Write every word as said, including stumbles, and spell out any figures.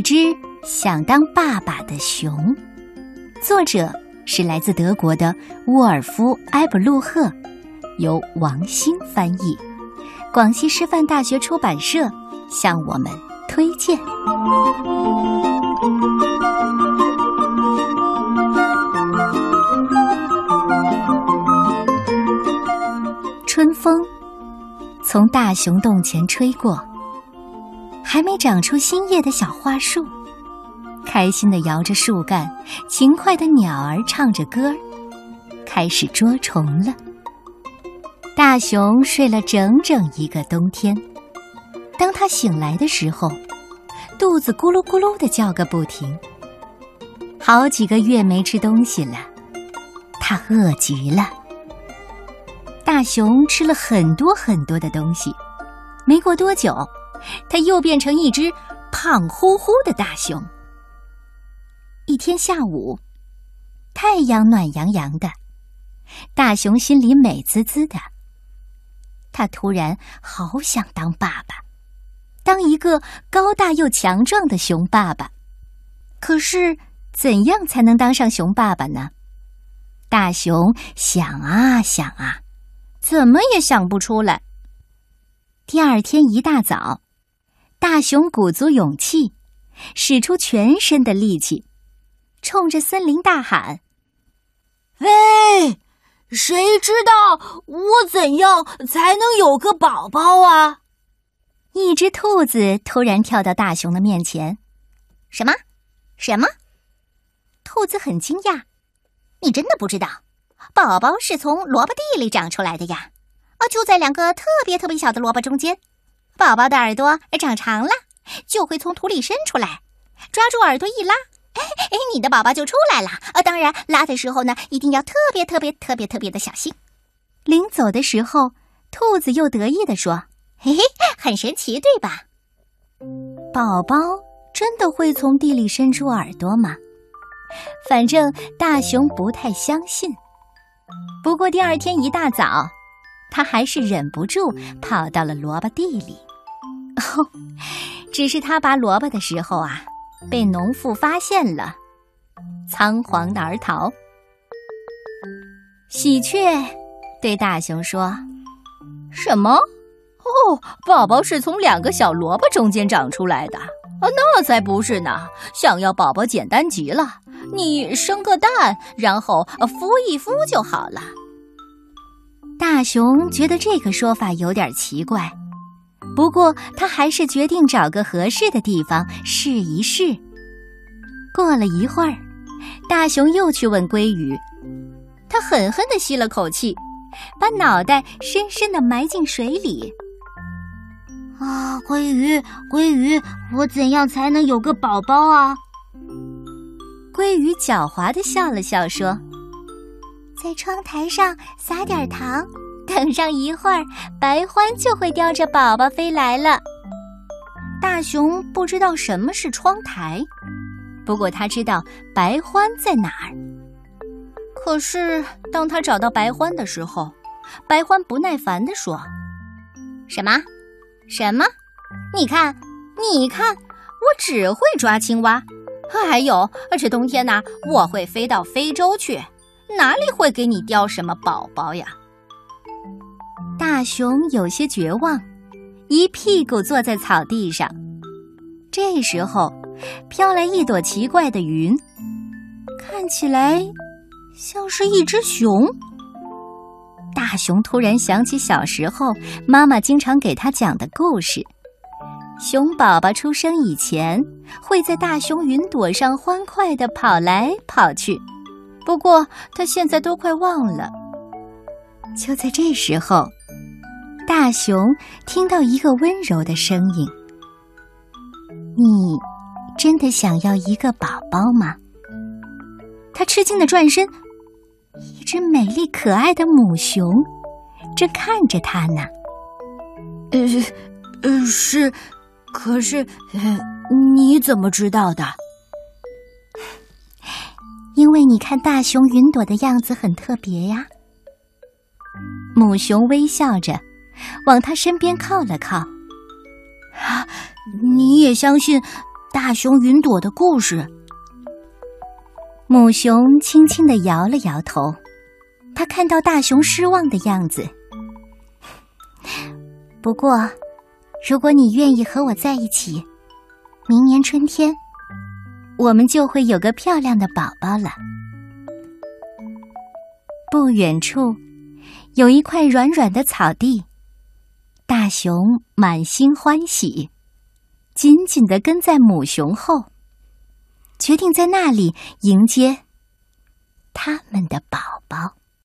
只想当爸爸的熊。作者是来自德国的沃尔夫·埃伯路赫，由王欣翻译，广西师范大学出版社向我们推荐。春风从大熊洞前吹过，还没长出新叶的小花树开心地摇着树干，勤快的鸟儿唱着歌儿，开始捉虫了。大熊睡了整整一个冬天，当他醒来的时候，肚子咕噜咕噜地叫个不停。好几个月没吃东西了，他饿极了。大熊吃了很多很多的东西，没过多久，他又变成一只胖乎乎的大熊。一天下午，太阳暖洋洋的，大熊心里美滋滋的。他突然好想当爸爸，当一个高大又强壮的熊爸爸。可是，怎样才能当上熊爸爸呢？大熊想啊想啊，怎么也想不出来。第二天一大早，大熊鼓足勇气，使出全身的力气，冲着森林大喊： 喂，谁知道我怎样才能有个宝宝啊？ 一只兔子突然跳到大熊的面前。 什么？什么？ 兔子很惊讶。 你真的不知道，宝宝是从萝卜地里长出来的呀！啊，就在两个特别特别小的萝卜中间，宝宝的耳朵长长了，就会从土里伸出来，抓住耳朵一拉，哎，你的宝宝就出来了。啊，当然，拉的时候呢，一定要特别特别特别特别的小心。 临走的时候，兔子又得意地说：“ 嘿嘿，很神奇，对吧？” 宝宝真的会从地里伸出耳朵吗？反正大熊不太相信。不过第二天一大早，他还是忍不住跑到了萝卜地里。哦，只是他拔萝卜的时候啊，被农妇发现了，仓皇而逃。喜鹊对大熊说：“ 什么？哦，宝宝是从两个小萝卜中间长出来的？啊，那才不是呢！想要宝宝简单极了，你生个蛋，然后孵一孵就好了。” 大熊觉得这个说法有点奇怪，不过他还是决定找个合适的地方试一试。过了一会儿，大熊又去问鲑鱼，他狠狠地吸了口气，把脑袋深深地埋进水里。 啊，鲑鱼，鲑鱼，我怎样才能有个宝宝啊？ 鲑鱼狡猾地笑了笑说：“ 在窗台上撒点糖，等上一会儿，白獾就会叼着宝宝飞来了。” 大熊不知道什么是窗台，不过他知道白獾在哪儿。可是当他找到白獾的时候，白獾不耐烦地说：“ 什么？什么？你看，你看，我只会抓青蛙。还有，这冬天呢，我会飞到非洲去，哪里会给你叼什么宝宝呀？” 大熊有些绝望，一屁股坐在草地上。这时候，飘来一朵奇怪的云，看起来像是一只熊。大熊突然想起小时候妈妈经常给他讲的故事，熊宝宝出生以前会在大熊云朵上欢快地跑来跑去，不过他现在都快忘了。就在这时候，大熊听到一个温柔的声音：“你真的想要一个宝宝吗？”他吃惊地转身，一只美丽可爱的母熊正看着他呢。 呃呃，是，可是，呃，你怎么知道的？ 因为你看大熊云朵的样子很特别呀。母熊微笑着往他身边靠了靠。 啊，你也相信大熊云朵的故事。 母熊轻轻地摇了摇头，它看到大熊失望的样子。不过，如果你愿意和我在一起，明年春天，我们就会有个漂亮的宝宝了。不远处，有一块软软的草地，大熊满心欢喜，紧紧地跟在母熊后，决定在那里迎接他们的宝宝。